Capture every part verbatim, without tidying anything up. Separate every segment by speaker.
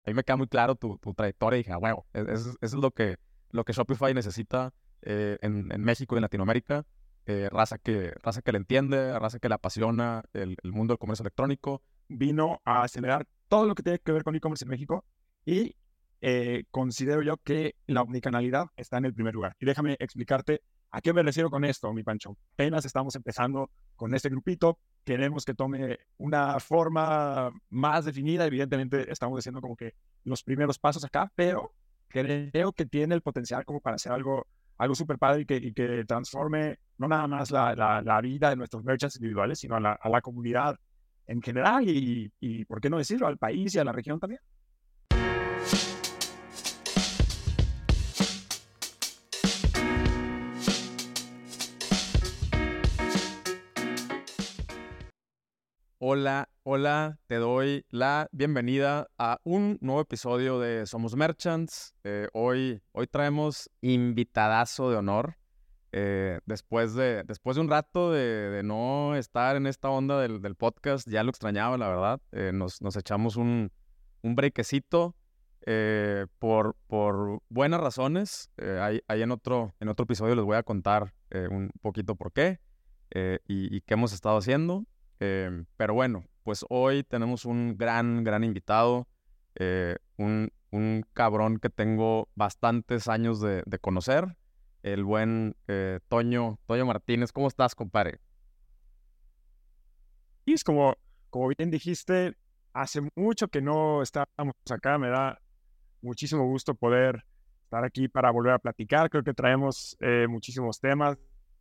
Speaker 1: a mí me queda muy claro tu, tu trayectoria y dije, ah, huevo, es- es- eso es lo que, lo que Shopify necesita eh, en, en México y en Latinoamérica. Eh, raza que, raza que le entiende, raza que le apasiona el, el mundo del comercio electrónico.
Speaker 2: Vino a acelerar todo lo que tiene que ver con e-commerce en México y eh, considero yo que la omnicanalidad está en el primer lugar. Y déjame explicarte a qué me refiero con esto, mi Pancho. Apenas estamos empezando con este grupito, queremos que tome una forma más definida, evidentemente estamos haciendo como que los primeros pasos acá, pero creo que tiene el potencial como para hacer algo, algo súper padre y que, y que transforme no nada más la, la, la vida de nuestros merchants individuales, sino a la, a la comunidad en general y, y, ¿por qué no decirlo?, al país y a la región también.
Speaker 1: Hola, hola, te doy la bienvenida a un nuevo episodio de Somos Merchants. Eh, hoy, hoy traemos invitadazo de honor. Eh, después de, después de un rato de, de no estar en esta onda del, del podcast, ya lo extrañaba, la verdad. Eh, nos, nos echamos un, un brequecito eh, por, por buenas razones. Eh, ahí, ahí en otro, en otro episodio les voy a contar eh, un poquito por qué eh, y, y qué hemos estado haciendo. Eh, pero bueno, pues hoy tenemos un gran, gran invitado, eh, un, un cabrón que tengo bastantes años de, de conocer, el buen eh, Toño, Toño Martínez. ¿Cómo estás, compadre?
Speaker 2: Y es como, como bien dijiste, hace mucho que no estábamos acá, me da muchísimo gusto poder estar aquí para volver a platicar, creo que traemos eh, muchísimos temas,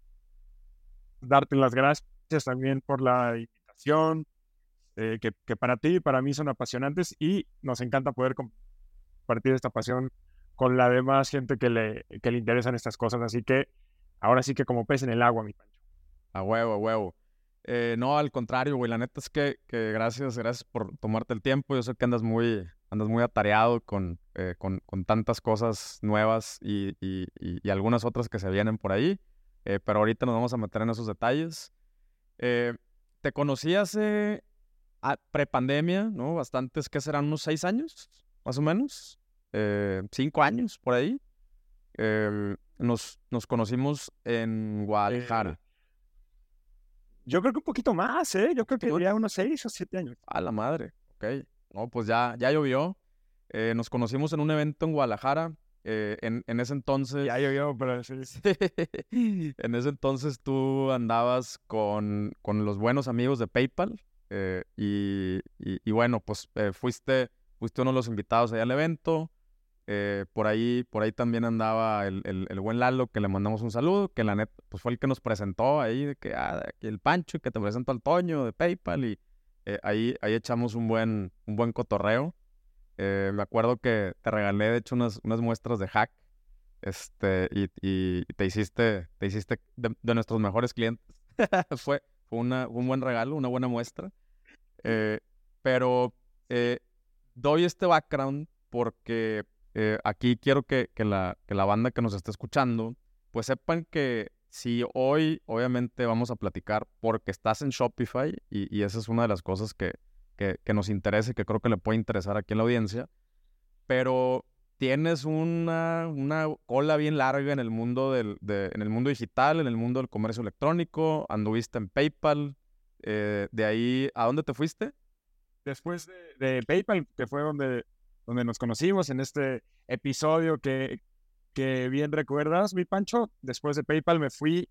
Speaker 2: darte las gracias también por la invitación, eh, que, que para ti y para mí son apasionantes y nos encanta poder compartir esta pasión con la demás gente que le, que le interesan estas cosas, así que ahora sí que como pez en el agua, mi Pancho.
Speaker 1: A huevo, a huevo. Eh, no, al contrario, güey. La neta es que, que gracias, gracias por tomarte el tiempo. Yo sé que andas muy, andas muy atareado con, eh, con, con tantas cosas nuevas y, y, y, y algunas otras que se vienen por ahí. Eh, pero ahorita nos vamos a meter en esos detalles. Eh, Te conocí hace ah, prepandemia, ¿no? Bastantes, ¿qué serán? ¿Unos seis años? Más o menos. Eh, cinco años, por ahí. Eh, nos, nos conocimos en
Speaker 2: Eh,
Speaker 1: Guadalajara.
Speaker 2: yo creo que un poquito más, ¿eh? Yo creo que
Speaker 1: ¿Tú?
Speaker 2: ya unos seis o siete años.
Speaker 1: A la madre, ok. No, pues ya, ya llovió. Eh, nos conocimos en un evento en Guadalajara. Eh, en, en ese entonces,
Speaker 2: Ya llovió, pero sí.
Speaker 1: en ese entonces tú andabas con, con los buenos amigos de PayPal. eh, y, y, y bueno, pues eh, fuiste, fuiste uno de los invitados allá al evento. Eh, por ahí, por ahí también andaba el, el, el buen Lalo, que le mandamos un saludo, que la neta, pues fue el que nos presentó ahí, de que, ah, aquí el Pancho, y que te presento al Toño de PayPal, y eh, ahí, ahí echamos un buen, un buen cotorreo. Eh, me acuerdo que te regalé, de hecho, unas, unas muestras de hack, este, y, y, y te hiciste, te hiciste de, de nuestros mejores clientes. Fue, fue una, un buen regalo, una buena muestra. Eh, pero eh, doy este background porque eh, aquí quiero que, que la, que la banda que nos esté escuchando, pues sepan que si hoy obviamente vamos a platicar porque estás en Shopify y, y esa es una de las cosas que, que, que nos interesa y que creo que le puede interesar aquí en la audiencia, pero tienes una, una cola bien larga en el mundo del, de- en el mundo digital, en el mundo del comercio electrónico, anduviste en PayPal, eh, de ahí, ¿a dónde te fuiste?
Speaker 2: Después de, de PayPal, que fue donde, donde nos conocimos en este episodio que, que bien recuerdas, mi Pancho, después de PayPal me fui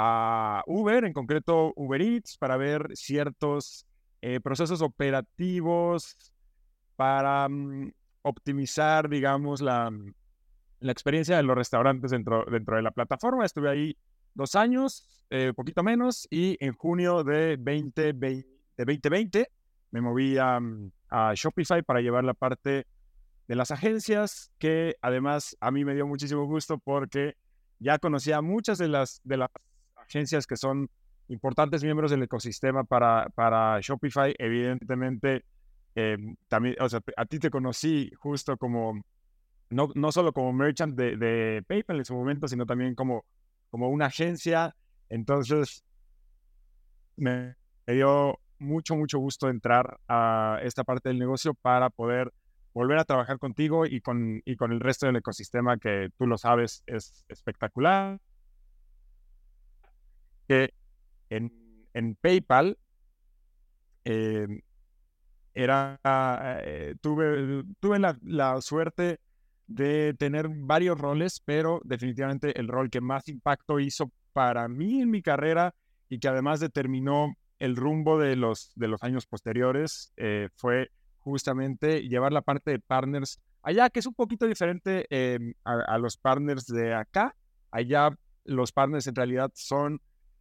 Speaker 2: a Uber, en concreto Uber Eats, para ver ciertos eh, procesos operativos para mm, optimizar, digamos, la, la experiencia de los restaurantes dentro, dentro de la plataforma. Estuve ahí dos años, eh, poquito menos, y en junio de, veinte veinte, de dos mil veinte me moví a, mm, a Shopify para llevar la parte de las agencias, que además a mí me dio muchísimo gusto porque ya conocía muchas de las, de las agencias que son importantes miembros del ecosistema para, para Shopify. Evidentemente, eh, también, o sea, a ti te conocí justo como, no, no solo como merchant de, de PayPal en su momento, sino también como, como una agencia. Entonces, me, me dio mucho, mucho gusto entrar a esta parte del negocio para poder volver a trabajar contigo y con, y con el resto del ecosistema que tú lo sabes es espectacular. Que en, en PayPal eh, era, eh, tuve, tuve la, la suerte de tener varios roles, pero definitivamente el rol que más impacto hizo para mí en mi carrera y que además determinó el rumbo de los, de los años posteriores eh, fue justamente llevar la parte de partners allá, que es un poquito diferente eh, a, a los partners de acá. Allá los partners en realidad son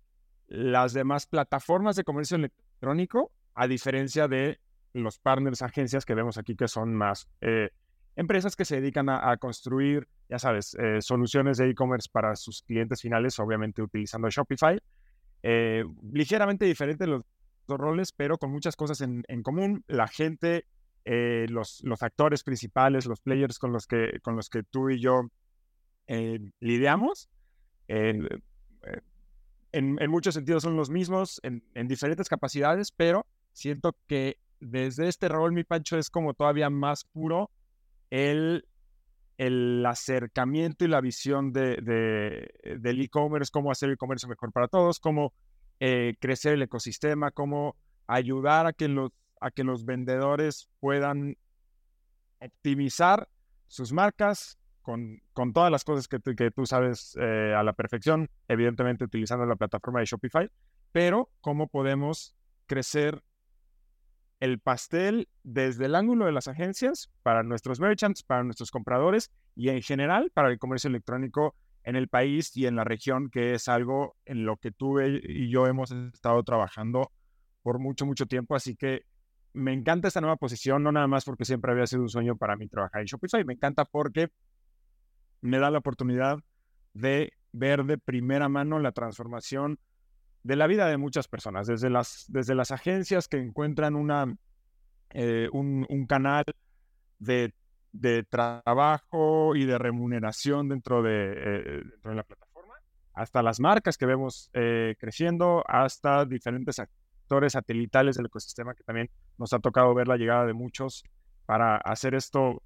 Speaker 2: las demás plataformas de comercio electrónico, a diferencia de los partners, agencias que vemos aquí, que son más eh, empresas que se dedican a, a construir, ya sabes, eh, soluciones de e-commerce para sus clientes finales, obviamente utilizando Shopify. Eh, ligeramente diferente los dos roles, pero con muchas cosas en, en común. La gente, eh, los, los actores principales, los players con los que, con los que tú y yo eh, lidiamos, eh, eh, en, en muchos sentidos son los mismos, en, en diferentes capacidades, pero siento que desde este rol, mi Pancho, es como todavía más puro el, el acercamiento y la visión de, de, del e-commerce, cómo hacer el comercio mejor para todos, cómo eh, crecer el ecosistema, cómo ayudar a que los, a que los vendedores puedan optimizar sus marcas con, con todas las cosas que, que tú sabes eh, a la perfección, evidentemente utilizando la plataforma de Shopify, pero cómo podemos crecer el pastel desde el ángulo de las agencias para nuestros merchants, para nuestros compradores y en general para el comercio electrónico en el país y en la región, que es algo en lo que tú y yo hemos estado trabajando por mucho, mucho tiempo. Así que me encanta esta nueva posición, no nada más porque siempre había sido un sueño para mí trabajar en Shopify, me encanta porque me da la oportunidad de ver de primera mano la transformación de la vida de muchas personas, desde las, desde las agencias que encuentran una, eh, un, un canal de, de trabajo y de remuneración dentro de, eh, dentro de la plataforma, hasta las marcas que vemos eh, creciendo, hasta diferentes actores satelitales del ecosistema que también nos ha tocado ver la llegada de muchos para hacer esto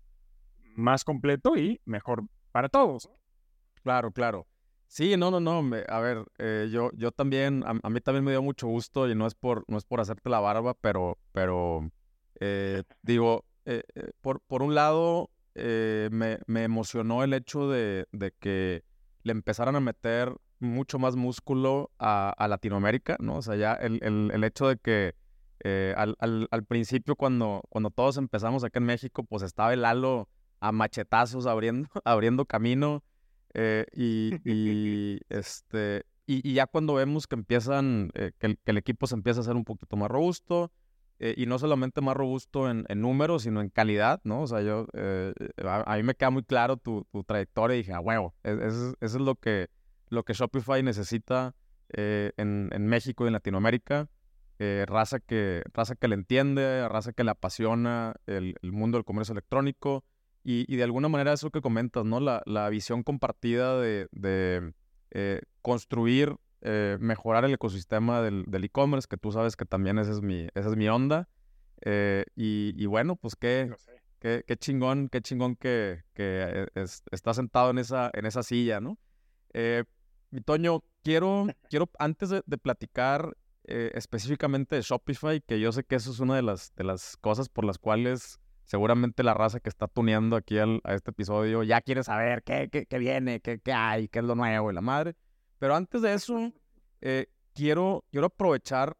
Speaker 2: más completo y mejor para todos.
Speaker 1: Claro, claro. Sí, no, no, no. me- a ver, eh, yo, yo también, a, a mí también me dio mucho gusto y no es por, no es por hacerte la barba, pero, pero eh, digo, eh, eh, por, por un lado, eh, me, me emocionó el hecho de, de que le empezaran a meter mucho más músculo a, a Latinoamérica, ¿no? O sea, ya el, el, el hecho de que eh, al, al, al principio, cuando, cuando todos empezamos acá en México, pues estaba el Lalo a machetazos abriendo, abriendo camino. Eh, y, y, este, y, y ya cuando vemos que empiezan, eh, que, el, que el equipo se empieza a hacer un poquito más robusto, eh, y no solamente más robusto en, en números, sino en calidad, ¿no? O sea, yo, eh, a, a mí me queda muy claro tu, tu trayectoria y dije, a huevo, es- es- eso es lo que, lo que Shopify necesita eh, en, en México y en Latinoamérica. Eh, raza que, raza que le entiende, raza que le apasiona el, el mundo del comercio electrónico y, y de alguna manera eso que comentas, ¿no? La, la visión compartida de, de eh, construir, eh, mejorar el ecosistema del, del e-commerce, que tú sabes que también esa es mi, esa es mi onda. Eh, y, y bueno, pues qué,
Speaker 2: Lo sé.
Speaker 1: qué, qué chingón, qué chingón que, que eh, es- estás sentado en esa, en esa silla, ¿no? Eh, mi Toño, quiero, quiero antes de, de platicar eh, específicamente de Shopify, que yo sé que eso es una de las, de las cosas por las cuales seguramente la raza que está tuneando aquí al- a este episodio ya quiere saber qué, qué, qué viene, qué, qué hay, qué es lo nuevo y la madre. Pero antes de eso, eh, quiero, quiero aprovechar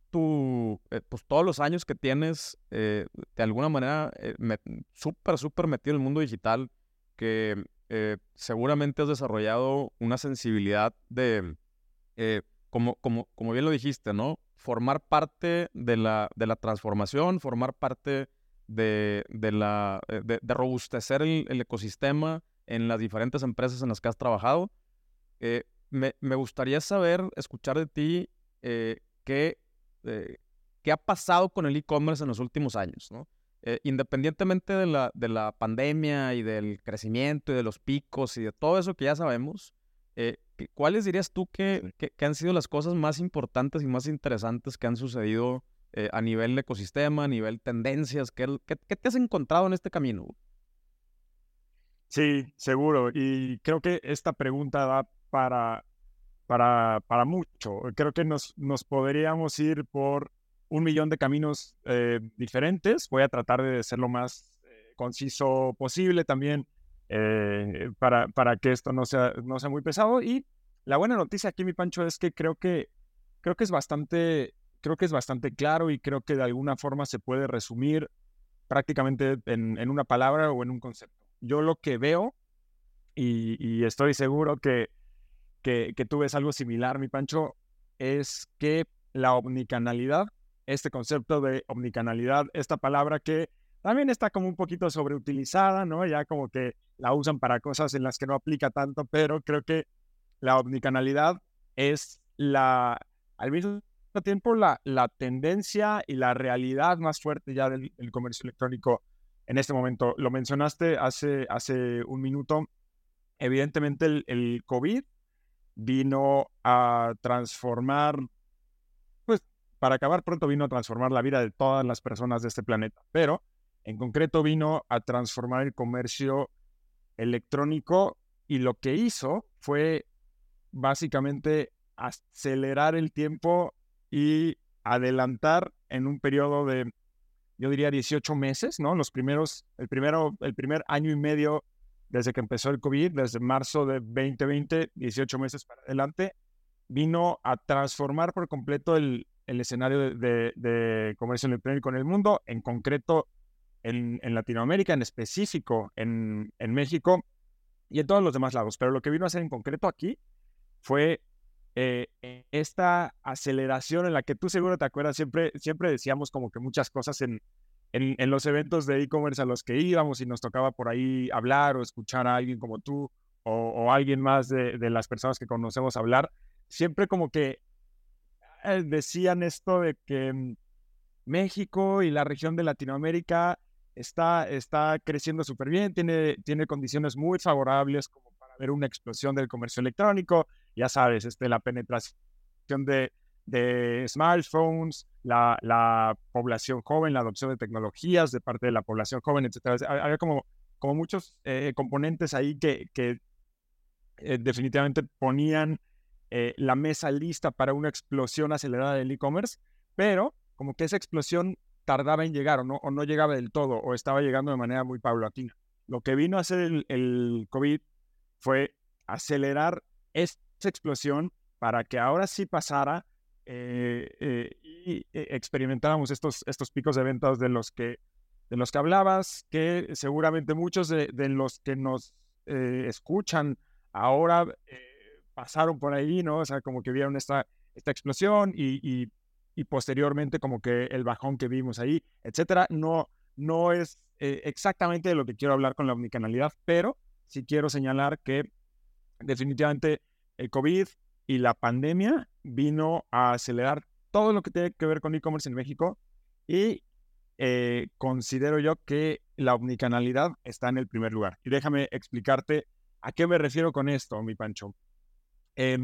Speaker 1: tu, eh, pues todos los años que tienes, eh, de alguna manera, eh, me- súper, súper metido en el mundo digital, que eh, seguramente has desarrollado una sensibilidad de, eh, como, como, como bien lo dijiste, ¿no? Formar parte de la, de la transformación, formar parte de, de la, eh, de, de robustecer el, el ecosistema en las diferentes empresas en las que has trabajado. Eh, me, me gustaría saber, escuchar de ti, eh, qué, eh, qué ha pasado con el e-commerce en los últimos años, ¿no? Eh, independientemente de la, de la pandemia y del crecimiento y de los picos y de todo eso que ya sabemos, eh, ¿cuáles dirías tú que,
Speaker 2: Sí.
Speaker 1: que, que han sido las cosas más importantes y más interesantes que han sucedido eh, a nivel ecosistema, a nivel tendencias? ¿Qué, qué, qué te has encontrado en este camino?
Speaker 2: Sí, seguro. Y creo que esta pregunta da para, para, para mucho. Creo que nos, nos podríamos ir por un millón de caminos eh, diferentes. Voy a tratar de ser lo más eh, conciso posible también eh, para, para que esto no sea, no sea muy pesado. Y la buena noticia aquí, mi Pancho, es que creo que, creo que es bastante, creo que es bastante claro y creo que de alguna forma se puede resumir prácticamente en, en una palabra o en un concepto. Yo lo que veo, y, y estoy seguro que, que, que tú ves algo similar, mi Pancho, es que la omnicanalidad, este concepto de omnicanalidad, esta palabra que también está como un poquito sobreutilizada, ¿no? Ya como que la usan para cosas en las que no aplica tanto, pero creo que la omnicanalidad es la, al mismo tiempo la, la tendencia y la realidad más fuerte ya del, del comercio electrónico en este momento. Lo mencionaste hace, hace un minuto. Evidentemente el, el COVID vino a transformar, pues para acabar pronto vino a transformar la vida de todas las personas de este planeta, pero en concreto vino a transformar el comercio electrónico y lo que hizo fue básicamente acelerar el tiempo y adelantar en un periodo de, yo diría, dieciocho meses, ¿no? Los primeros, el primero, el primer año y medio desde que empezó el COVID, desde marzo de veinte veinte, dieciocho meses para adelante, vino a transformar por completo el, el escenario de, de, de comercio electrónico en el mundo, en concreto en, en Latinoamérica, en específico en, en México y en todos los demás lados. Pero lo que vino a hacer en concreto aquí fue eh, esta aceleración en la que tú seguro te acuerdas, siempre, siempre decíamos como que muchas cosas en, en, en los eventos de e-commerce a los que íbamos y nos tocaba por ahí hablar o escuchar a alguien como tú o, o alguien más de, de las personas que conocemos hablar, siempre como que eh, decían esto de que mm, México y la región de Latinoamérica está, está creciendo súper bien, tiene, tiene condiciones muy favorables como para ver una explosión del comercio electrónico, ya sabes, este, la penetración de, de smartphones, la, la población joven, la adopción de tecnologías de parte de la población joven, etcétera. Había como, como muchos eh, componentes ahí que, que eh, definitivamente ponían eh, la mesa lista para una explosión acelerada del e-commerce, pero como que esa explosión tardaba en llegar o no, o no llegaba del todo o estaba llegando de manera muy paulatina. Lo que vino a hacer el, el COVID fue acelerar esa explosión para que ahora sí pasara eh, eh, y eh, experimentáramos estos, estos picos de ventas de los que, de los que hablabas, que seguramente muchos de, de los que nos eh, escuchan ahora eh, pasaron por ahí, ¿no? O sea, como que vieron esta, esta explosión y, y, y posteriormente como que el bajón que vimos ahí, etcétera. No, no es eh, exactamente de lo que quiero hablar con la omnicanalidad, pero sí quiero señalar que definitivamente el COVID y la pandemia vino a acelerar todo lo que tiene que ver con e-commerce en México y eh, considero yo que la omnicanalidad está en el primer lugar. Y déjame explicarte a qué me refiero con esto, mi Pancho. Eh,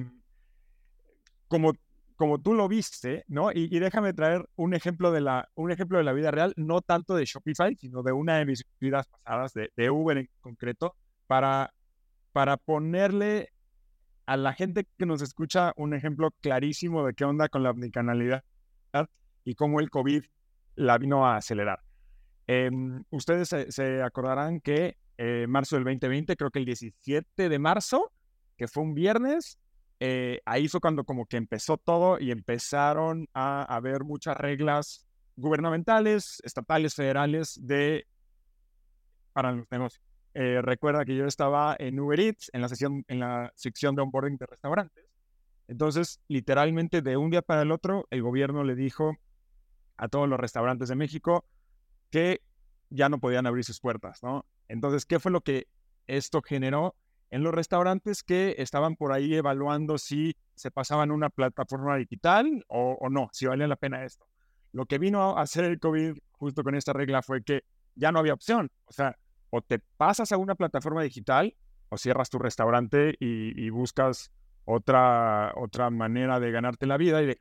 Speaker 2: como, como tú lo viste, ¿no? Y, y, déjame traer un ejemplo, de la, un ejemplo de la vida real, no tanto de Shopify, sino de una de mis vidas pasadas, de, de Uber en concreto, para, para ponerle a la gente que nos escucha un ejemplo clarísimo de qué onda con la omnicanalidad y cómo el COVID la vino a acelerar. Eh, ustedes se, se, acordarán que eh, marzo del veinte veinte, creo que el diecisiete de marzo, que fue un viernes, eh, ahí fue cuando como que empezó todo y empezaron a haber muchas reglas gubernamentales, estatales, federales de para los negocios. Eh, recuerda que yo estaba en Uber Eats, en la, sesión, en la sección de onboarding de restaurantes. Entonces, literalmente de un día para el otro, el gobierno le dijo a todos los restaurantes de México que ya no podían abrir sus puertas, ¿no? Entonces, ¿qué fue lo que esto generó en los restaurantes que estaban por ahí evaluando si se pasaban a una plataforma digital o, o no, si valía la pena esto? Lo que vino a hacer el COVID justo con esta regla fue que ya no había opción. O sea, o te pasas a una plataforma digital o cierras tu restaurante y, y buscas otra, otra manera de ganarte la vida y dejas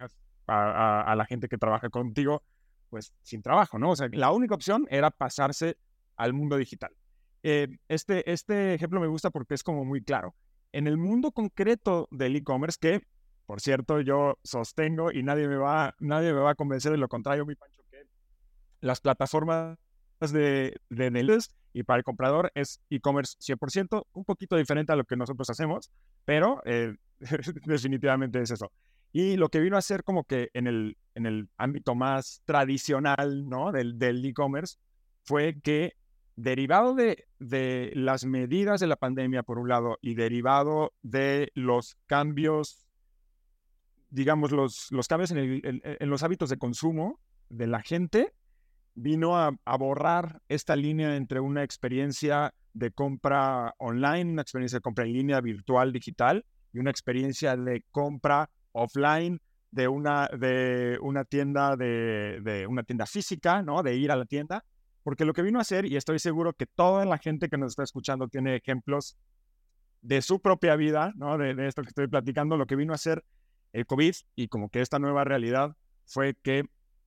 Speaker 2: a, a, a la gente que trabaja contigo, pues sin trabajo, ¿no? O sea, la única opción era pasarse al mundo digital. Eh, este, este ejemplo me gusta porque es como muy claro. En el mundo concreto del e-commerce, que, por cierto, yo sostengo y nadie me va, nadie me va a convencer de lo contrario, mi Pancho, que las plataformas de, de deliveries y para el comprador es e-commerce cien por ciento, un poquito diferente a lo que nosotros hacemos, pero eh, definitivamente es eso. Y lo que vino a ser como que en el, en el ámbito más tradicional, ¿no? del, del e-commerce fue que derivado de, de las medidas de la pandemia, por un lado, y derivado de los cambios, digamos, los, los cambios en, el, en, en los hábitos de consumo de la gente, vino a, a borrar esta línea entre una experiencia de compra online, una experiencia de compra en línea virtual, digital, y una experiencia de compra offline de una, de una tienda de, de una tienda física, ¿no? De ir a la tienda. Porque lo que vino a hacer, y estoy seguro que toda la gente que nos está escuchando tiene ejemplos de su propia vida, ¿no? De, de esto que estoy platicando, lo que vino a hacer el COVID y como que esta nueva realidad fue que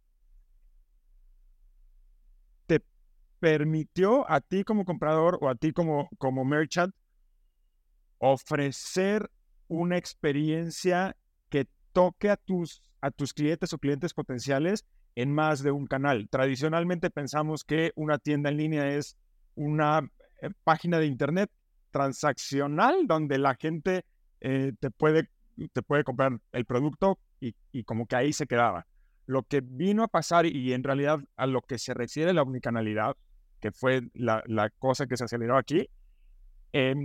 Speaker 2: te permitió a ti como comprador o a ti como, como merchant ofrecer una experiencia que toque a tus, a tus clientes o clientes potenciales en más de un canal. Tradicionalmente pensamos que una tienda en línea es una eh, página de internet transaccional donde la gente eh, te, puede, te puede comprar el producto y, y como que ahí se quedaba. Lo que vino a pasar y en realidad a lo que se refiere la omnicanalidad, que fue la, la cosa que se aceleró aquí, eh,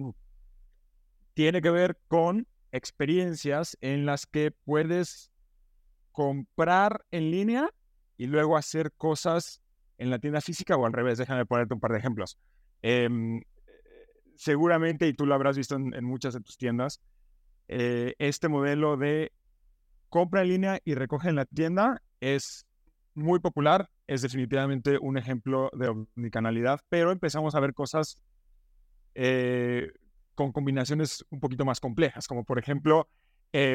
Speaker 2: tiene que ver con experiencias en las que puedes comprar en línea y luego hacer cosas en la tienda física o al revés. Déjame ponerte un par de ejemplos. Eh, seguramente, y tú lo habrás visto en, en muchas de tus tiendas, eh, este modelo de compra en línea y recoge en la tienda es muy popular, es definitivamente un ejemplo de omnicanalidad, pero empezamos a ver cosas eh, con combinaciones un poquito más complejas, como por ejemplo, eh,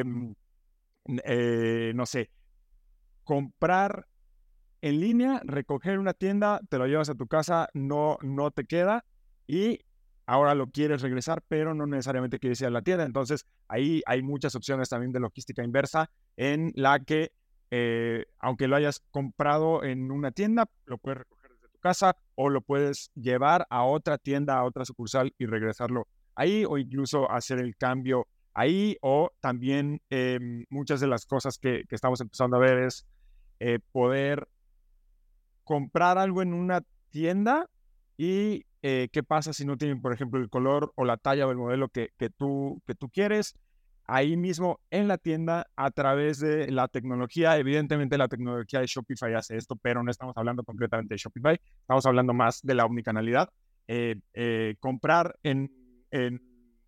Speaker 2: eh, no sé, comprar en línea, recoger una tienda, te lo llevas a tu casa, no, no te queda y ahora lo quieres regresar, pero no necesariamente quieres ir a la tienda. Entonces, ahí hay muchas opciones también de logística inversa en la que, eh, aunque lo hayas comprado en una tienda, lo puedes recoger desde tu casa o lo puedes llevar a otra tienda, a otra sucursal y regresarlo ahí o incluso hacer el cambio ahí o también eh, muchas de las cosas que, que estamos empezando a ver es eh, poder comprar algo en una tienda y eh, qué pasa si no tienen, por ejemplo, el color o la talla o el modelo que, que, tú, que tú quieres. Ahí mismo en la tienda a través de la tecnología. Evidentemente la tecnología de Shopify hace esto, pero no estamos hablando concretamente de Shopify. Estamos hablando más de la omnicanalidad. Eh, eh, comprar en, en,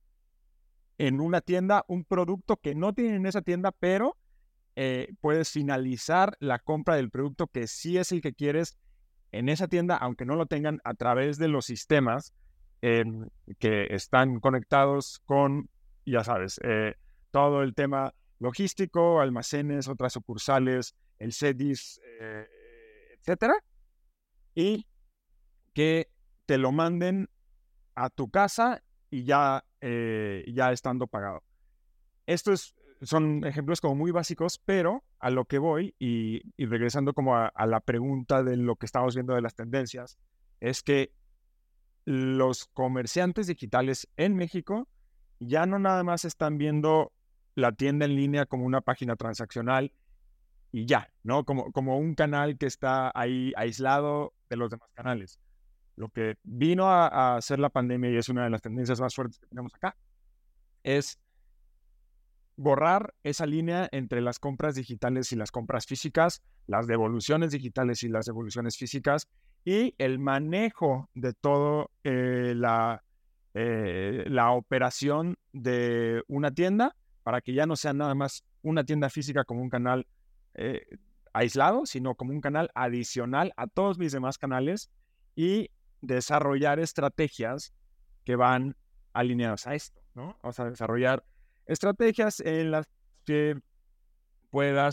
Speaker 2: en una tienda un producto que no tienen en esa tienda, pero Eh, puedes finalizar la compra del producto que sí es el que quieres en esa tienda, aunque no lo tengan a través de los sistemas eh, que están conectados con, ya sabes, eh, todo el tema logístico, almacenes, otras sucursales, el CEDIS, eh, etcétera, y que te lo manden a tu casa y ya, eh, ya estando pagado. Esto es son ejemplos como muy básicos, pero a lo que voy, y, y regresando como a, a la pregunta de lo que estamos viendo de las tendencias, es que los comerciantes digitales en México ya no nada más están viendo la tienda en línea como una página transaccional y ya, ¿no? Como, como un canal que está ahí aislado de los demás canales. Lo que vino a, a hacer la pandemia, y es una de las tendencias más fuertes que tenemos acá, es borrar esa línea entre las compras digitales y las compras físicas, las devoluciones digitales y las devoluciones físicas, y el manejo de todo eh, la, eh, la operación de una tienda para que ya no sea nada más una tienda física como un canal eh, aislado, sino como un canal adicional a todos mis demás canales y desarrollar estrategias que van alineadas a esto, ¿no? O sea, desarrollar estrategias en las que puedas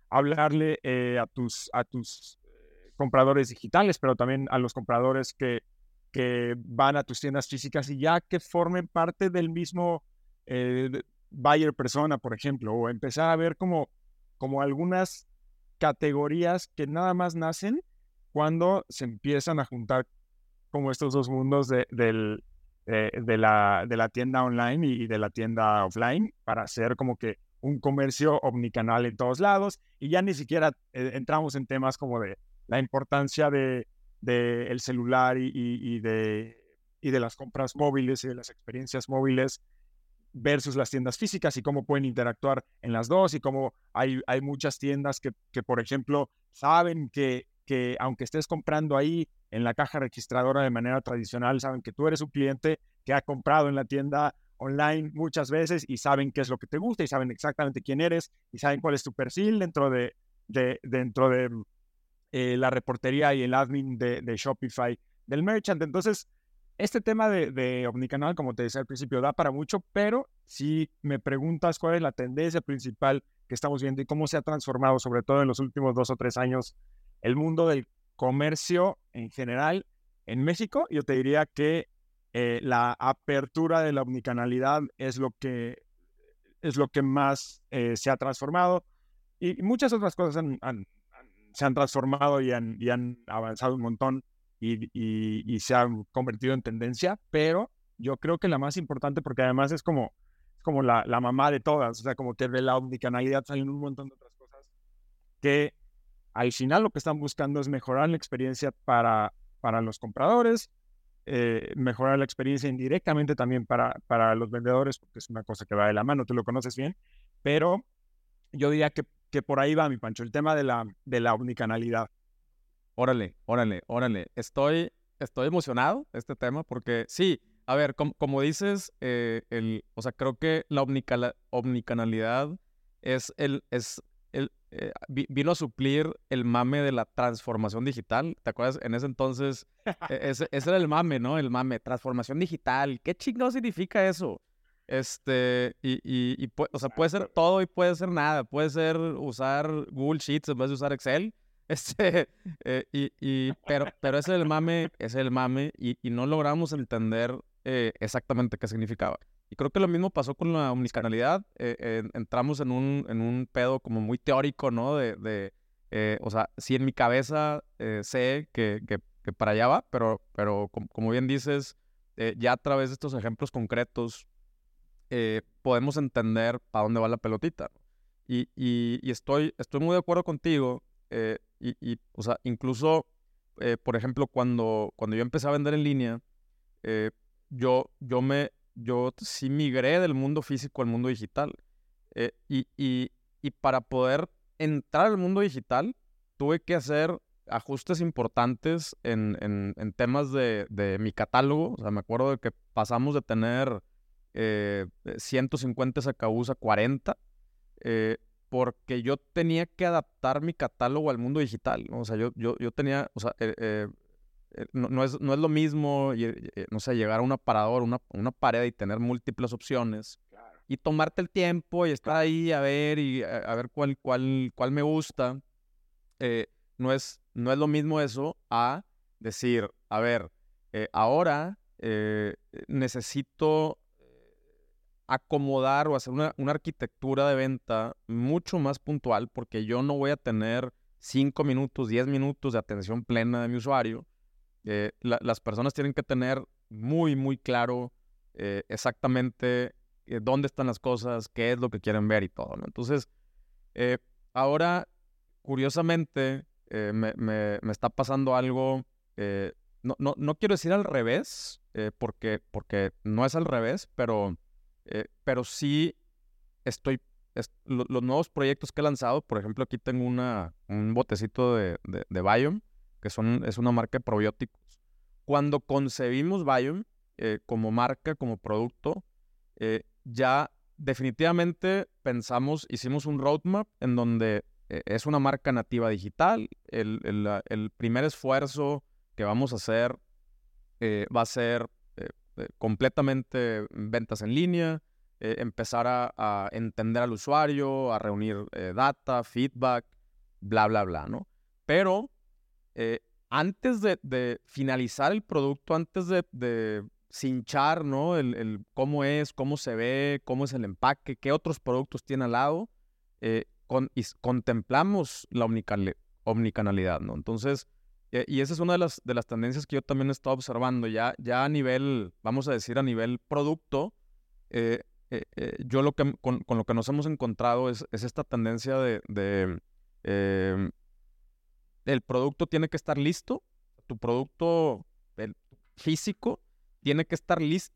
Speaker 2: hablarle eh, a tus, a tus compradores digitales, pero también a los compradores que, que van a tus tiendas físicas y ya que formen parte del mismo eh, buyer persona, por ejemplo, o empezar a ver como, como algunas categorías que nada más nacen cuando se empiezan a juntar como estos dos mundos de, del, eh, de, la, de la tienda online y de la tienda offline para hacer como que un comercio omnicanal en todos lados y ya ni siquiera eh, entramos en temas como de la importancia de, de el celular y, y, y, de, y de las compras móviles y de las experiencias móviles versus las tiendas físicas y cómo pueden interactuar en las dos y cómo hay, hay muchas tiendas que, que, por ejemplo, saben que, que aunque estés comprando ahí en la caja registradora de manera tradicional, saben que tú eres un cliente que ha comprado en la tienda online muchas veces y saben qué es lo que te gusta y saben exactamente quién eres y saben cuál es tu perfil dentro de, de, dentro de eh, la reportería y el admin de, de Shopify del merchant. Entonces, este tema de, de omnicanal, como te decía al principio, da para mucho, pero si me preguntas cuál es la tendencia principal que estamos viendo y cómo se ha transformado, sobre todo en los últimos dos o tres años, el mundo del comercio en general en México, yo te diría que eh, la apertura de la omnicanalidad es lo que, es lo que más eh, se ha transformado y muchas otras cosas han, han, han, se han transformado y han, y han avanzado un montón. Y, y, y se han convertido en tendencia, pero yo creo que la más importante, porque además es como, como la, la mamá de todas, o sea, como que de la omnicanalidad salen un montón de otras cosas, que al final lo que están buscando es mejorar la experiencia para, para los compradores, eh, mejorar la experiencia indirectamente también para, para los vendedores, porque es una cosa que va de la mano, tú lo conoces bien, pero yo diría que, que por ahí va, mi Pancho, el tema de la, de la omnicanalidad.
Speaker 1: Órale, órale, órale. Estoy, estoy emocionado de este tema porque sí, a ver, com- como dices, eh, el, o sea, creo que la omnicala- omnicanalidad es el, es el, eh, vi- vino a suplir el mame de la transformación digital. ¿Te acuerdas? En ese entonces, e- ese, ese era el mame, ¿no? El mame, transformación digital. ¿Qué chingado significa eso? Este, y, y, y pu- o sea, puede ser todo y puede ser nada. Puede ser usar Google Sheets en vez de usar Excel. Este, eh, y, y, pero, pero ese es el mame, ese es el mame, y, y no logramos entender eh, exactamente qué significaba. Y creo que lo mismo pasó con la omnicanalidad. Eh, eh, entramos en un, en un pedo como muy teórico, ¿no? De, de eh, o sea, sí en mi cabeza eh, sé que, que, que para allá va, pero, pero com- como bien dices, eh, ya a través de estos ejemplos concretos eh, podemos entender para dónde va la pelotita. Y, y, y estoy, estoy muy de acuerdo contigo. eh, y, y, o sea, incluso, eh, por ejemplo, cuando, cuando yo empecé a vender en línea, eh, yo, yo me, yo sí migré del mundo físico al mundo digital. Eh, y, y, y para poder entrar al mundo digital, tuve que hacer ajustes importantes en, en, en temas de, de mi catálogo. O sea, me acuerdo de que pasamos de tener eh, ciento cincuenta S K Us a cuarenta, eh, porque yo tenía que adaptar mi catálogo al mundo digital, ¿no? O sea, yo, yo, yo tenía, o sea, eh, eh, eh, no, no es, no es lo mismo, y, eh, no sé, llegar a un aparador, una, una pared y tener múltiples opciones
Speaker 2: Claro.
Speaker 1: y tomarte el tiempo y estar ahí a ver y a, a ver cuál, cuál, cuál me gusta. Eh, no es, no es lo mismo eso a decir, a ver, eh, ahora eh, necesito acomodar o hacer una, una arquitectura de venta mucho más puntual porque yo no voy a tener cinco minutos, diez minutos de atención plena de mi usuario. Eh, la- las personas tienen que tener muy, muy claro eh, exactamente eh, dónde están las cosas, qué es lo que quieren ver y todo, ¿no? Entonces, eh, ahora, curiosamente, eh, me, me- me está pasando algo, eh, no, no, no quiero decir al revés, eh, porque, porque no es al revés, pero, eh, pero sí estoy, es- lo- los nuevos proyectos que he lanzado, por ejemplo, aquí tengo una, un botecito de, de, de Biome, que son, es una marca de probióticos. Cuando concebimos Biome eh, como marca, como producto, eh, ya definitivamente pensamos, hicimos un roadmap en donde eh, es una marca nativa digital. El, el, la- el primer esfuerzo que vamos a hacer eh, va a ser eh, eh, completamente ventas en línea, eh, empezar a, a entender al usuario, a reunir eh, data, feedback, bla, bla, bla, ¿no? Pero eh, antes de, de finalizar el producto, antes de, de cinchar, ¿no? El, el cómo es, cómo se ve, cómo es el empaque, qué otros productos tiene al lado, eh, con, y contemplamos la omnicanalidad, omnicanalidad, ¿no? Entonces, eh, y esa es una de las, de las tendencias que yo también he estado observando, ya, ya a nivel, vamos a decir, a nivel producto, eh, eh, eh, yo lo que, con, con lo que nos hemos encontrado es, es esta tendencia de, de eh, el producto tiene que estar listo, tu producto el físico tiene que estar listo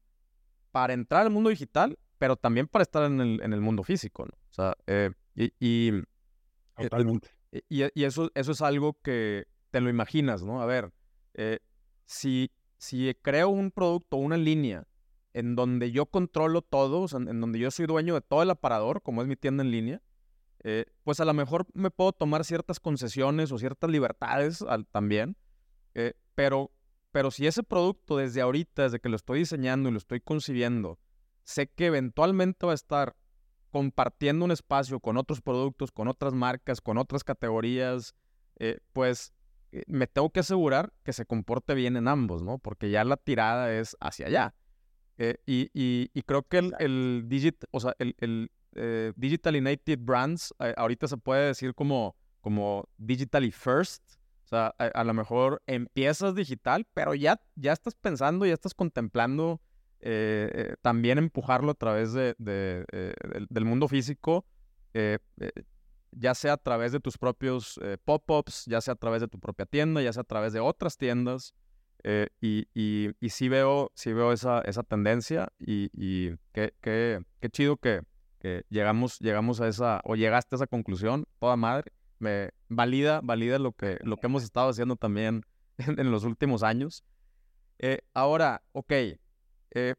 Speaker 1: para entrar al mundo digital, pero también para estar en el, en el mundo físico, ¿no? O sea, eh, y, y,
Speaker 2: Totalmente.
Speaker 1: y, y eso, eso es algo que te lo imaginas, ¿no? A ver, eh, si, si creo un producto, una línea, en donde yo controlo todo, o sea, en donde yo soy dueño de todo el aparador, como es mi tienda en línea, eh, pues a lo mejor me puedo tomar ciertas concesiones o ciertas libertades al, también, eh, pero, pero si ese producto desde ahorita, desde que lo estoy diseñando y lo estoy concibiendo, sé que eventualmente va a estar compartiendo un espacio con otros productos, con otras marcas, con otras categorías, eh, pues eh, me tengo que asegurar que se comporte bien en ambos, ¿no? Porque ya la tirada es hacia allá. Eh, y, y, y creo que el, el, digit, o sea, el, el eh, digitally native brands eh, ahorita se puede decir como, como digitally first. O sea, a, a lo mejor empiezas digital, pero ya, ya estás pensando, ya estás contemplando eh, eh, también empujarlo a través de, de, eh, del, del mundo físico, eh, eh, ya sea a través de tus propios eh, pop-ups, ya sea a través de tu propia tienda, ya sea a través de otras tiendas. Eh, y, y, y sí veo, sí veo esa, esa tendencia y, y qué, qué, qué chido que, que llegamos, llegamos a esa, o llegaste a esa conclusión, toda madre, me valida, valida lo que, lo que hemos estado haciendo también en, en los últimos años. Eh, ahora, ok, eh,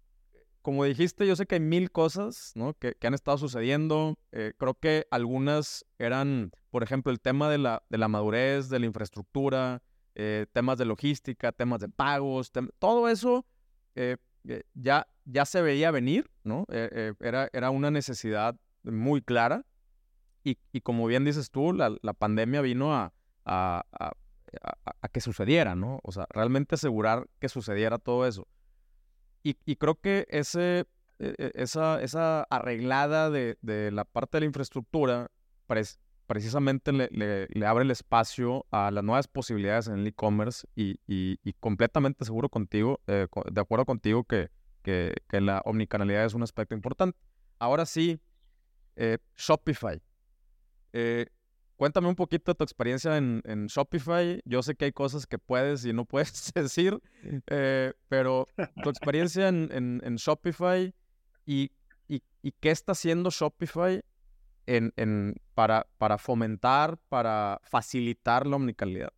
Speaker 1: como dijiste, yo sé que hay mil cosas, ¿no? que, que han estado sucediendo. Eh, creo que algunas eran, por ejemplo, el tema de la, de la madurez, de la infraestructura, eh, temas de logística, temas de pagos, tem todo eso eh, eh, ya, ya se veía venir, ¿no? Eh, eh, era, era una necesidad muy clara. Y, y como bien dices tú, la, la pandemia vino a, a, a, a, a que sucediera, ¿no? O sea, realmente asegurar que sucediera todo eso. Y, y creo que ese, eh, esa, esa arreglada de, de la parte de la infraestructura pres, precisamente le, le, le abre el espacio a las nuevas posibilidades en el e-commerce y, y, y completamente seguro contigo, eh, de acuerdo contigo que, que, que la omnicanalidad es un aspecto importante. Ahora sí, eh, Shopify. Eh, Cuéntame un poquito de tu experiencia en, en Shopify. Yo sé que hay cosas que puedes y no puedes decir, eh, pero tu experiencia en, en, en Shopify y, y, y qué está haciendo Shopify en, en, para, para fomentar, para facilitar la omnicanalidad.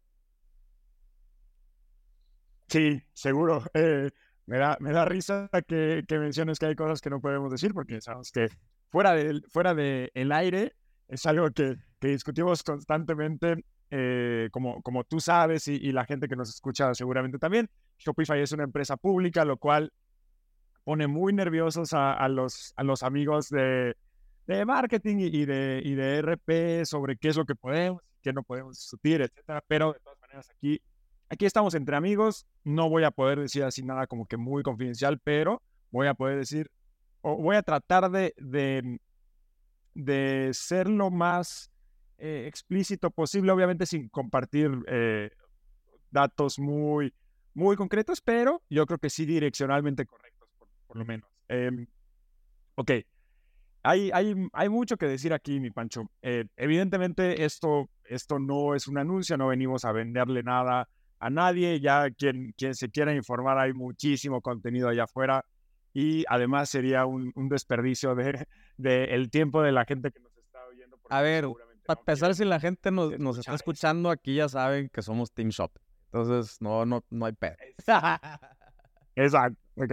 Speaker 2: Sí, seguro. Eh, me da, me da risa que, que menciones que hay cosas que no podemos decir, porque sabemos que fuera del fuera de el aire es algo que, que discutimos constantemente, eh, como, como tú sabes y, y la gente que nos escucha seguramente también. Shopify es una empresa pública, lo cual pone muy nerviosos a, a, los, a los amigos de, de marketing y, y, de, y de R P sobre qué es lo que podemos, qué no podemos discutir, etcétera. Pero de todas maneras aquí Aquí estamos entre amigos, no voy a poder decir así nada como que muy confidencial, pero voy a poder decir, o voy a tratar de, de, de ser lo más eh, explícito posible, obviamente sin compartir eh, datos muy, muy concretos, pero yo creo que sí direccionalmente correctos, por, por lo menos. Eh, ok, hay, hay, hay mucho que decir aquí, mi Pancho. Eh, evidentemente esto, esto no es un anuncio, no venimos a venderle nada a nadie. Ya quien, quien se quiera informar, hay muchísimo contenido allá afuera y además sería un, un desperdicio de, de el tiempo de la gente que nos está oyendo.
Speaker 1: A ver, para
Speaker 2: No
Speaker 1: empezar, si la gente nos,
Speaker 2: escuchar
Speaker 1: nos está
Speaker 2: eso.
Speaker 1: escuchando aquí, ya saben que somos Team Shop. Entonces, no, no, no hay pedo.
Speaker 2: Exacto. Ok.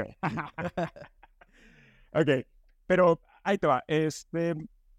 Speaker 2: Ok. Pero ahí te va. Este,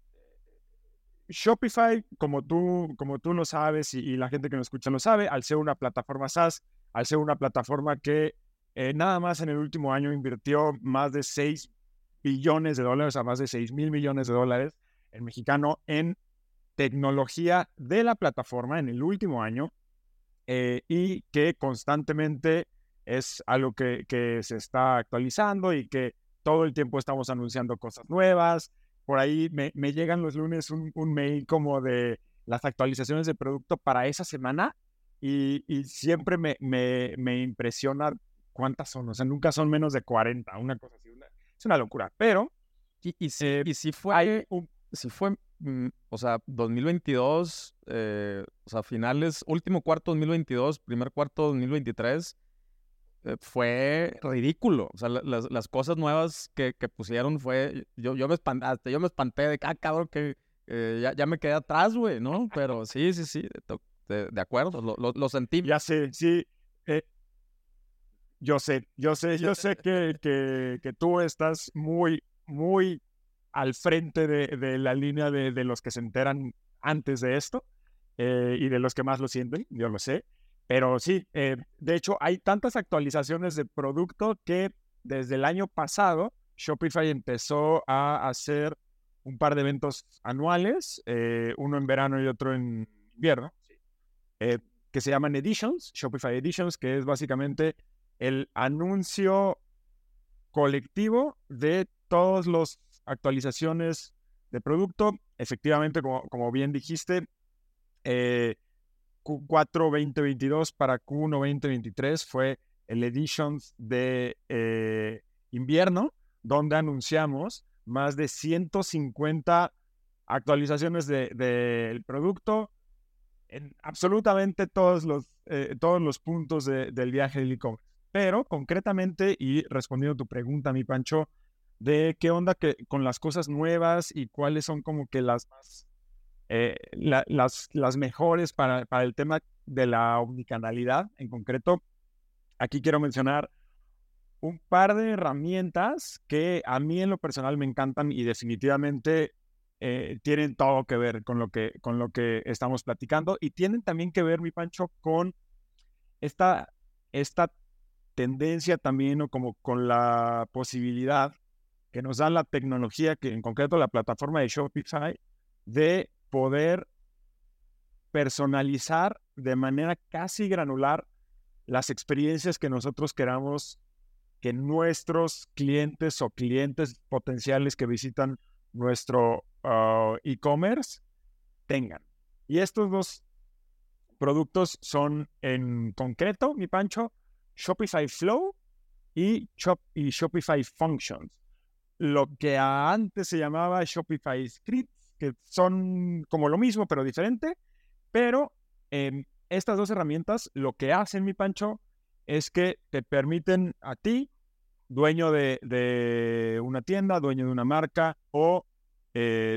Speaker 2: Shopify, como tú, como tú lo sabes y, y la gente que nos escucha lo sabe, al ser una plataforma SaaS, al ser una plataforma que eh, nada más en el último año invirtió más de seis billones de dólares, a más de seis mil millones de dólares en mexicano en tecnología de la plataforma en el último año eh, y que constantemente es algo que, que se está actualizando y que todo el tiempo estamos anunciando cosas nuevas. Por ahí me, me llegan los lunes un, un mail como de las actualizaciones de producto para esa semana y, y siempre me, me, me impresiona cuántas son. O sea, nunca son menos de cuarenta, una cosa así. Una, es una locura, pero
Speaker 1: Y, y sí,
Speaker 2: eh,
Speaker 1: y sí
Speaker 2: hay
Speaker 1: fue,
Speaker 2: un...
Speaker 1: sí fue, mm, o sea, dos mil veintidós, eh, o sea, finales, último cuarto dos mil veintidós, primer cuarto dos mil veintitrés, eh, fue ridículo. O sea, la- las, las cosas nuevas que, que pusieron fue, yo, yo me espanté, hasta yo me espanté de que, ah, cabrón, que eh, ya, ya me quedé atrás, güey, ¿no? Pero sí, sí, sí, de, to- de- de acuerdo, lo, lo, lo sentí.
Speaker 2: Ya sé, sí. eh, Yo sé, yo sé, yo sé que, que, que tú estás muy, muy al frente de, de la línea de, de los que se enteran antes de esto eh, y de los que más lo sienten, yo lo sé. Pero sí, eh, de hecho hay tantas actualizaciones de producto que desde el año pasado Shopify empezó a hacer un par de eventos anuales, eh, uno en verano y otro en invierno, eh, que se llaman Editions, Shopify Editions, que es básicamente el anuncio colectivo de todas las actualizaciones de producto. Efectivamente, como, como bien dijiste, eh, Q cuatro veinte veintidós para Q uno veinte veintitrés fue el Editions de eh, invierno, donde anunciamos más de ciento cincuenta actualizaciones del de, de producto en absolutamente todos los, eh, todos los puntos de, del viaje del e-commerce. Pero concretamente, y respondiendo a tu pregunta, mi Pancho, de qué onda que, con las cosas nuevas y cuáles son como que las más, eh, la, las, las mejores para, para el tema de la omnicanalidad en concreto, aquí quiero mencionar un par de herramientas que a mí en lo personal me encantan y definitivamente eh, tienen todo que ver con lo que, con lo que estamos platicando y tienen también que ver, mi Pancho, con esta, esta tendencia también o como con la posibilidad que nos da la tecnología, que en concreto la plataforma de Shopify, de poder personalizar de manera casi granular las experiencias que nosotros queramos que nuestros clientes o clientes potenciales que visitan nuestro uh, e-commerce tengan. Y estos dos productos son en concreto, mi Pancho, Shopify Flow y, Shop y Shopify Functions. Lo que antes se llamaba Shopify Scripts, que son como lo mismo pero diferente, pero eh, estas dos herramientas lo que hacen, mi Pancho, es que te permiten a ti, dueño de, de una tienda, dueño de una marca o eh,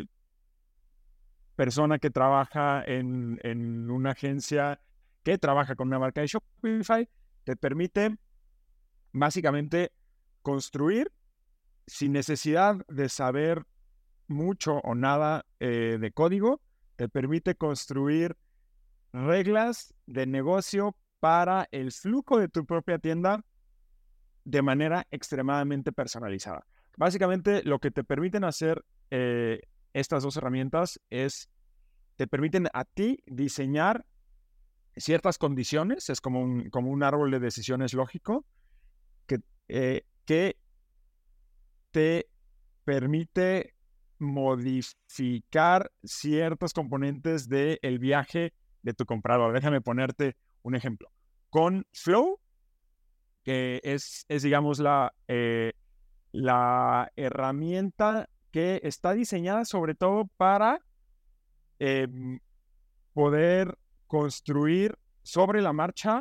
Speaker 2: persona que trabaja en, en una agencia que trabaja con una marca de Shopify, te permite básicamente construir sin necesidad de saber mucho o nada eh, de código, te permite construir reglas de negocio para el flujo de tu propia tienda de manera extremadamente personalizada. Básicamente, lo que te permiten hacer eh, estas dos herramientas es, te permiten a ti diseñar ciertas condiciones, es como un, como un árbol de decisiones lógico, que, eh, que te permite modificar ciertos componentes del viaje de tu comprador. Déjame ponerte un ejemplo. Con Flow, que es, es digamos, la, eh, la herramienta que está diseñada sobre todo para eh, poder construir sobre la marcha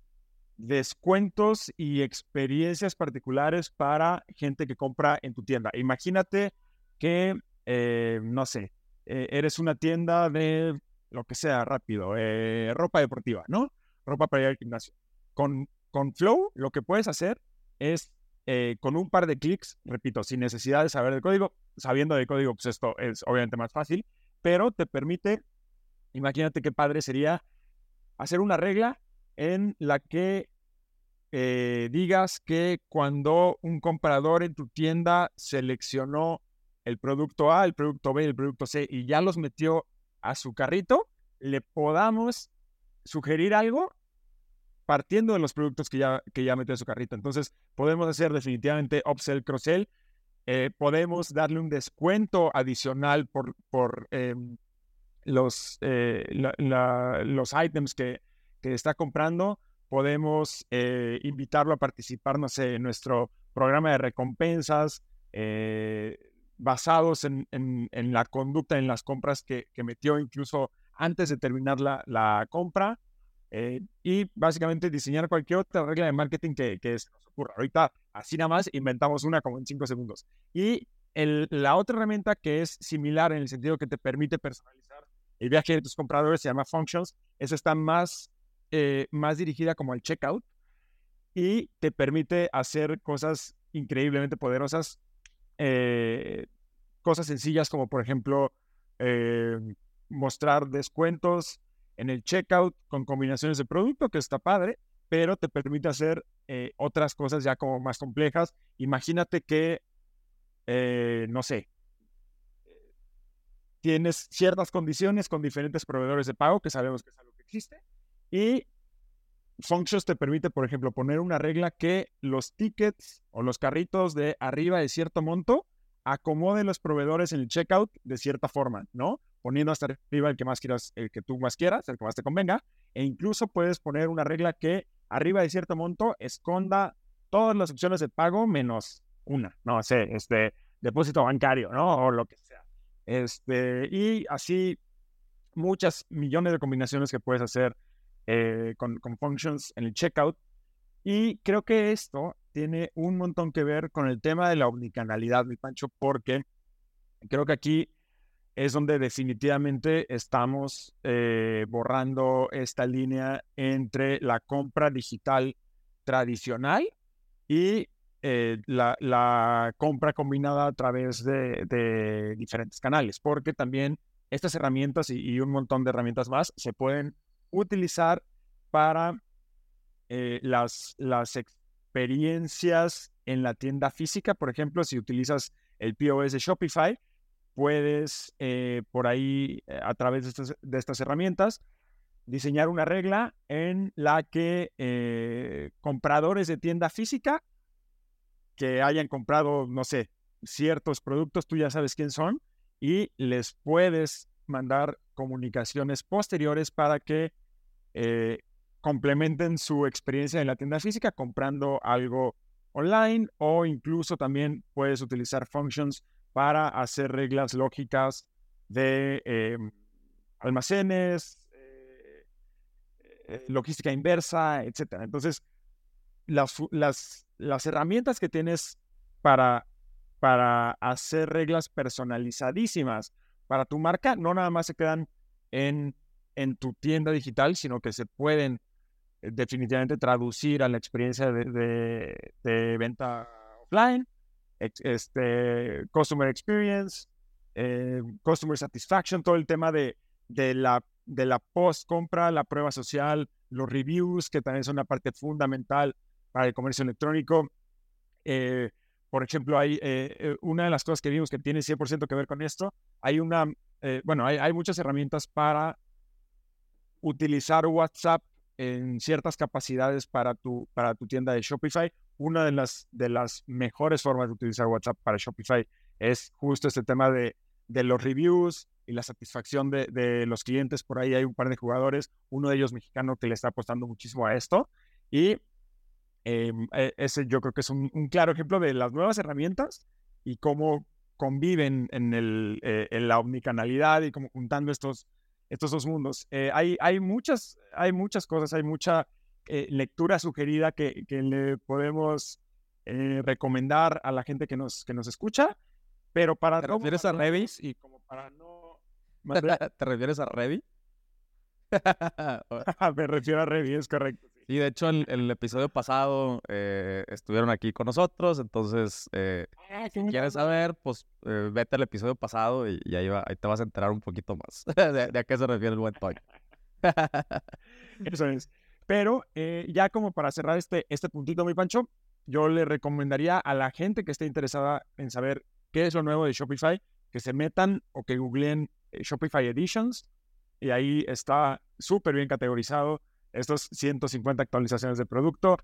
Speaker 2: descuentos y experiencias particulares para gente que compra en tu tienda. Imagínate que, eh, no sé, eh, eres una tienda de lo que sea rápido, eh, ropa deportiva, ¿no? Ropa para ir al gimnasio. Con, con Flow, lo que puedes hacer es, eh, con un par de clics, repito, sin necesidad de saber el código, sabiendo de código, pues esto es obviamente más fácil, pero te permite, imagínate qué padre sería hacer una regla en la que eh, digas que cuando un comprador en tu tienda seleccionó el producto A, el producto B, el producto C y ya los metió a su carrito, le podamos sugerir algo partiendo de los productos que ya, que ya metió en su carrito. Entonces, podemos hacer definitivamente upsell, cross-sell. Eh, podemos darle un descuento adicional por, por eh, los, eh, la, la, los items que, que está comprando. Podemos eh, invitarlo a participar, no sé, en nuestro programa de recompensas eh, basados en, en, en la conducta, en las compras que, que metió incluso antes de terminar la, la compra. Eh, y básicamente diseñar cualquier otra regla de marketing que, que se nos ocurra. Ahorita, así nada más, inventamos una como en cinco segundos. Y el, la otra herramienta que es similar en el sentido que te permite personalizar el viaje de tus compradores se llama Functions. Esa está más, eh, más dirigida como al checkout y te permite hacer cosas increíblemente poderosas. Eh, cosas sencillas como, por ejemplo, eh, mostrar descuentos en el checkout con combinaciones de producto, que está padre, pero te permite hacer eh, otras cosas ya como más complejas. Imagínate que, eh, no sé, tienes ciertas condiciones con diferentes proveedores de pago, que sabemos que es algo que existe, y Functions te permite, por ejemplo, poner una regla que los tickets o los carritos de arriba de cierto monto acomode los proveedores en el checkout de cierta forma, ¿no? Poniendo hasta arriba el que más quieras, el que tú más quieras, el que más te convenga, e incluso puedes poner una regla que arriba de cierto monto esconda todas las opciones de pago menos una, no sé, este, depósito bancario, ¿no? O lo que sea. Este, y así muchas millones de combinaciones que puedes hacer eh, con, con Functions en el checkout. Y creo que esto tiene un montón que ver con el tema de la omnicanalidad, mi Pancho, porque creo que aquí es donde definitivamente estamos eh, borrando esta línea entre la compra digital tradicional y eh, la, la compra combinada a través de, de diferentes canales, porque también estas herramientas y, y un montón de herramientas más se pueden utilizar para eh, las, las experiencias en la tienda física. Por ejemplo, si utilizas el P O S de Shopify, puedes eh, por ahí, eh, a través de estas, de estas herramientas, diseñar una regla en la que eh, compradores de tienda física que hayan comprado, no sé, ciertos productos, tú ya sabes quién son, y les puedes mandar comunicaciones posteriores para que eh, complementen su experiencia en la tienda física comprando algo online, o incluso también puedes utilizar Functions para hacer reglas lógicas de eh, almacenes, eh, eh, logística inversa, etcétera. Entonces, las, las, las herramientas que tienes para, para hacer reglas personalizadísimas para tu marca no nada más se quedan en, en tu tienda digital, sino que se pueden eh, definitivamente traducir a la experiencia de, de, de venta offline, ex, este, customer experience, eh, customer satisfaction, todo el tema de, de la, de la post-compra, la prueba social, los reviews, que también son una parte fundamental para el comercio electrónico. Eh, por ejemplo, hay eh, una de las cosas que vimos que tiene cien por ciento que ver con esto, hay una, eh, bueno, hay, hay muchas herramientas para utilizar WhatsApp en ciertas capacidades para tu, para tu tienda de Shopify. Una de las, de las mejores formas de utilizar WhatsApp para Shopify es justo este tema de, de los reviews y la satisfacción de, de los clientes. Por ahí hay un par de jugadores, uno de ellos mexicano, que le está apostando muchísimo a esto. Y eh, ese yo creo que es un, un claro ejemplo de las nuevas herramientas y cómo conviven en, el, eh, en la omnicanalidad y cómo juntando estos, estos dos mundos. Eh, hay, hay, muchas, hay muchas cosas, hay mucha eh, lectura sugerida que, que le podemos eh, recomendar a la gente que nos, que nos escucha, pero para...
Speaker 1: ¿Te refieres a Revi?
Speaker 2: Y como para no...
Speaker 1: ¿Te refieres a Revi?
Speaker 2: Me refiero a Revi, es correcto.
Speaker 1: Sí, de hecho, en, en el episodio pasado eh, estuvieron aquí con nosotros, entonces, eh,
Speaker 2: Ah,
Speaker 1: si quieres saber, pues eh, vete al episodio pasado y, y ahí, va, ahí te vas a enterar un poquito más de, de a qué se refiere el buen Toño.
Speaker 2: Eso es. Pero eh, ya como para cerrar este, este puntito, mi Pancho, yo le recomendaría a la gente que esté interesada en saber qué es lo nuevo de Shopify, que se metan o que googleen Shopify Editions, y ahí está súper bien categorizado estos ciento cincuenta actualizaciones de producto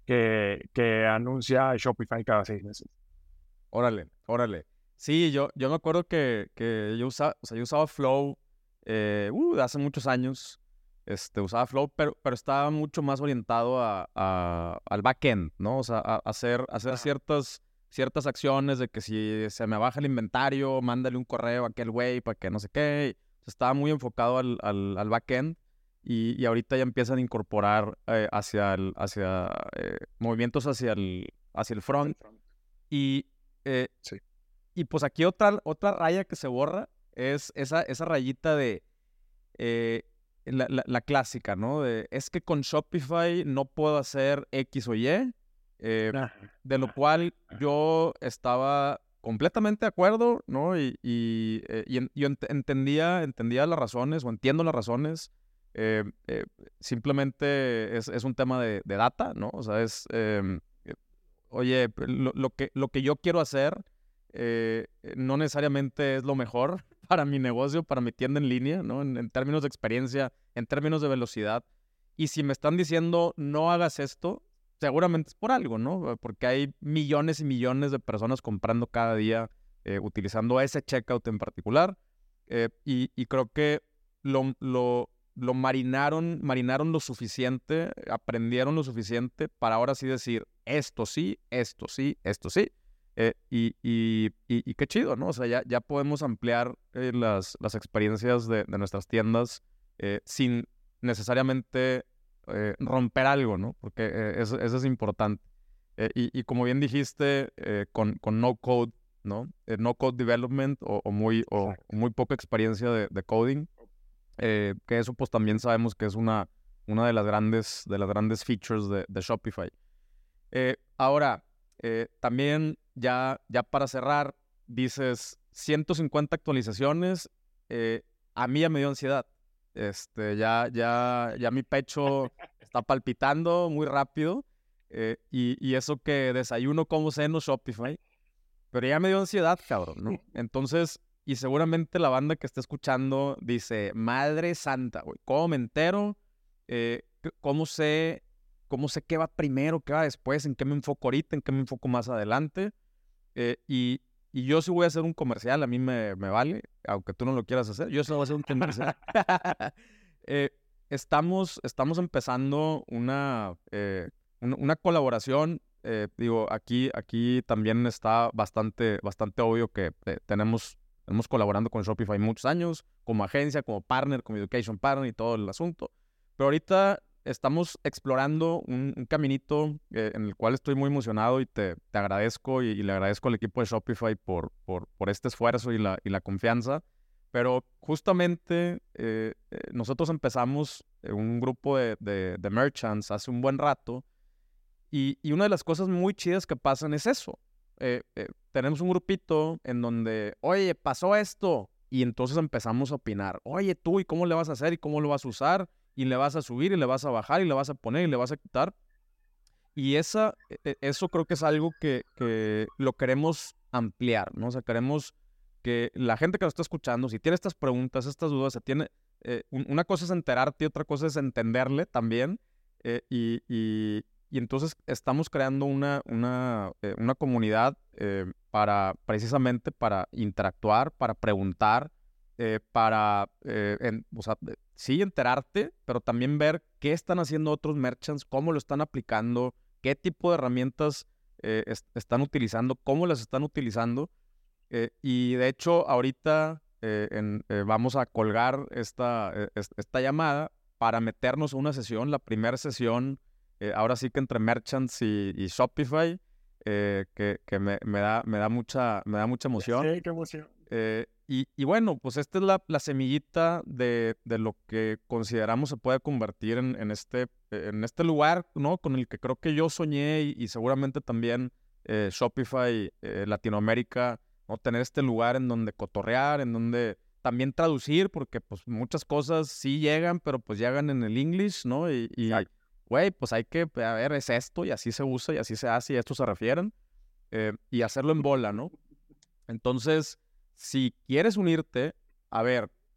Speaker 2: que, que anuncia Shopify cada seis meses.
Speaker 1: Órale, órale. Sí, yo, yo me acuerdo que, que yo, usaba, o sea, yo usaba Flow eh, uh, hace muchos años. Este, usaba Flow, pero, pero estaba mucho más orientado a, a- al backend, ¿no? O sea, a, a hacer, a hacer
Speaker 2: Ajá.
Speaker 1: ciertas, ciertas acciones de que si se me baja el inventario, mándale un correo a aquel güey para que no sé qué. O sea, estaba muy enfocado al, al, al backend y, y ahorita ya empiezan a incorporar eh, hacia el, hacia eh, movimientos hacia el, hacia el front. Y, eh,
Speaker 2: Sí.
Speaker 1: y pues aquí otra, otra raya que se borra es esa, esa rayita de eh, la, la- la clásica, ¿no? De, es que con Shopify no puedo hacer X o Y, eh,
Speaker 2: Ajá.
Speaker 1: de lo cual yo estaba completamente de acuerdo, ¿no? Y, y, eh, y en- yo ent- entendía, entendía las razones o entiendo las razones. eh, eh, Simplemente es, es un tema de, de data, ¿no? O sea, es... em, oye, lo, lo que, lo que yo quiero hacer eh, no necesariamente es lo mejor para mi negocio, para mi tienda en línea, ¿no? En, en términos de experiencia, en términos de velocidad. Y si me están diciendo no hagas esto, seguramente es por algo, ¿no? Porque hay millones y millones de personas comprando cada día eh, utilizando ese checkout en particular. Eh, y, y creo que lo, lo, lo marinaron, marinaron lo suficiente, aprendieron lo suficiente para ahora sí decir esto sí, esto sí, esto sí. Eh, y, y, y, y qué chido, ¿no? O sea, ya, ya podemos ampliar eh, las, las experiencias de, de nuestras tiendas eh, sin necesariamente eh, romper algo, ¿no? Porque eh, eso, eso es importante. Eh, y, y como bien dijiste, eh, con, con no code, ¿no? Eh, no code development o, o muy, o, o muy poca experiencia de, de coding, eh, que eso pues también sabemos que es una, una de las grandes, de las grandes features de, de Shopify. Eh, ahora, eh, también ya, ya para cerrar, dices ciento cincuenta actualizaciones, eh, a mí ya me dio ansiedad. Este, ya, ya, ya mi pecho está palpitando muy rápido eh, y, y eso que desayuno como seno Shopify, pero ya me dio ansiedad, cabrón, ¿no? Entonces, y seguramente la banda que está escuchando dice, madre santa, güey, ¿cómo me entero? Eh, c- ¿cómo sé, cómo sé qué va primero, qué va después, en qué me enfoco ahorita, en qué me enfoco más adelante? Eh, y, y yo sí voy a hacer un comercial, a mí me, me vale, aunque tú no lo quieras hacer, yo sí voy a hacer un comercial. Eh, estamos, estamos empezando una, eh, un- una colaboración. Eh, digo, aquí, aquí también está bastante, bastante obvio que eh, tenemos, tenemos colaborando con Shopify muchos años, como agencia, como partner, como education partner y todo el asunto. Pero ahorita estamos explorando un, un caminito eh, en el cual estoy muy emocionado y te, te agradezco y, y le agradezco al equipo de Shopify por, por, por este esfuerzo y la, y la confianza. Pero justamente eh, eh, nosotros empezamos eh, un grupo de, de, de merchants hace un buen rato y, y una de las cosas muy chidas que pasan es eso. Eh, eh, tenemos un grupito en donde, oye, pasó esto y entonces empezamos a opinar. Oye, tú, ¿y cómo le vas a hacer? ¿Y cómo lo vas a usar? Y le vas a subir y le vas a bajar y le vas a poner y le vas a quitar. Y esa, e- e- eso creo que es algo que, que lo queremos ampliar, ¿no? O sea, queremos que la gente que nos está escuchando, si tiene estas preguntas, estas dudas, se tiene, eh, un- una cosa es enterarte y otra cosa es entenderle también. eh, y, y- y entonces estamos creando una, una, eh, una comunidad eh, para, precisamente para interactuar, para preguntar, eh, para, eh, en- o sea, de- sí enterarte, pero también ver qué están haciendo otros merchants, cómo lo están aplicando, qué tipo de herramientas eh, es- están utilizando, cómo las están utilizando. Eh, y de hecho, ahorita eh, en- eh, vamos a colgar esta, eh, es- esta llamada para meternos a una sesión, la primera sesión, eh, ahora sí que entre Merchants y, y Shopify, eh, que, que me, me da, me da mucha, me da mucha emoción.
Speaker 2: Sí, qué emoción.
Speaker 1: Eh, y, y bueno, pues esta es la, la semillita de, de lo que consideramos se puede convertir en, en este, eh, en este lugar, ¿no? Con el que creo que yo soñé y, y seguramente también eh, Shopify eh, Latinoamérica, ¿no? Tener este lugar en donde cotorrear, en donde también traducir, porque pues muchas cosas sí llegan, pero pues llegan en el English, ¿no? Y, y
Speaker 2: Exacto.
Speaker 1: güey, pues hay que, a ver, es esto y así se usa y así se hace y a esto se refieren eh, y hacerlo en bola, ¿no? Entonces, si quieres unirte, a ver,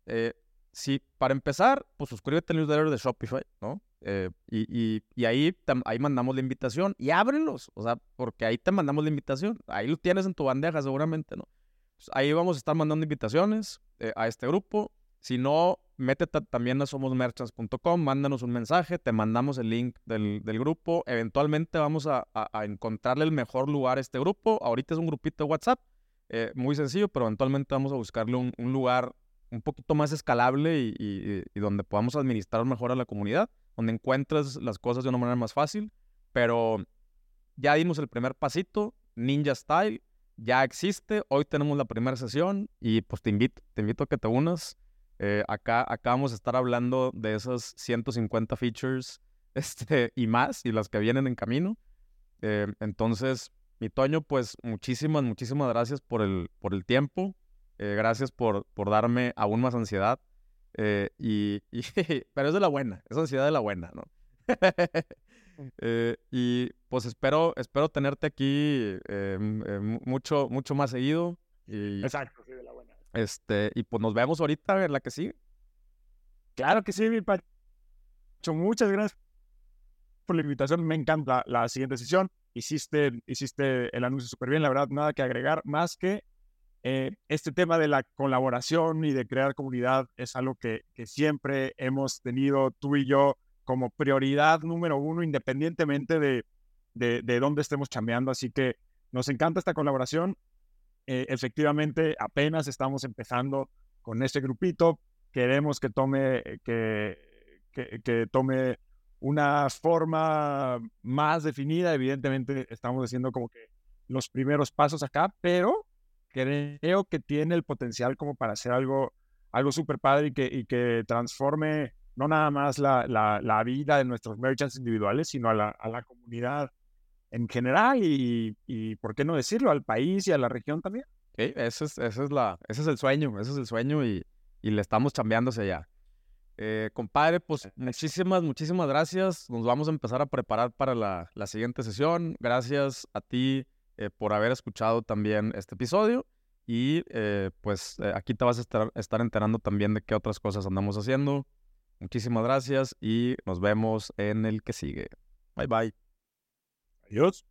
Speaker 1: eh, sí, para empezar, pues suscríbete al newsletter de Shopify, ¿no? Eh, y, y, y ahí, tam, ahí mandamos la invitación y ábrelos, o sea, porque ahí te mandamos la invitación. Ahí lo tienes en tu bandeja seguramente, ¿no? Pues ahí vamos a estar mandando invitaciones eh, a este grupo. Si no, métete también a somos merchants punto com, mándanos un mensaje, te mandamos el link del, del grupo. Eventualmente vamos a, a, a encontrarle el mejor lugar a este grupo. Ahorita es un grupito de WhatsApp, eh, muy sencillo, pero eventualmente vamos a buscarle un, un lugar un poquito más escalable y, y, y donde podamos administrar mejor a la comunidad, donde encuentres las cosas de una manera más fácil. Pero ya dimos el primer pasito, Ninja Style, ya existe. Hoy tenemos la primera sesión y pues te invito, te invito a que te unas. Eh, acá, acá vamos a estar hablando de esas ciento cincuenta features este, y más, y las que vienen en camino. Eh, entonces, mi Toño, pues muchísimas, muchísimas gracias por el, por el tiempo. Eh, gracias por, por darme aún más ansiedad. Eh, y, y pero es de la buena, es ansiedad de la buena, ¿no? eh, y pues espero, espero tenerte aquí eh, eh, mucho, mucho más seguido. Y,
Speaker 2: Exacto, sí, de la buena.
Speaker 1: este, y pues nos vemos ahorita en la que sigue.
Speaker 2: Claro que sí, mi Pancho. Muchas gracias por la invitación. Me encanta la, la siguiente sesión. Hiciste, hiciste el anuncio súper bien, la verdad, nada que agregar, más que eh, este tema de la colaboración y de crear comunidad es algo que, que siempre hemos tenido tú y yo como prioridad número uno, independientemente de, de, de dónde estemos chambeando. Así que nos encanta esta colaboración. Eh, efectivamente, apenas estamos empezando con este grupito. Queremos que tome, que, que, que tome una forma más definida. Evidentemente, estamos haciendo como que los primeros pasos acá, pero creo que tiene el potencial como para hacer algo, algo súper padre y que, y que transforme no nada más la, la, la vida de nuestros merchants individuales, sino a la, a la comunidad en general y, y, ¿por qué no decirlo?, al país y a la región también.
Speaker 1: Okay, ese, es, ese, es la, ese es el sueño, ese es el sueño y, y le estamos chambeando hacia allá. Eh, compadre, pues muchísimas, muchísimas gracias. Nos vamos a empezar a preparar para la, la siguiente sesión. Gracias a ti eh, por haber escuchado también este episodio. Y eh, pues eh, aquí te vas a estar, estar enterando también de qué otras cosas andamos haciendo. Muchísimas gracias y nos vemos en el que sigue. Bye bye.
Speaker 2: Adiós.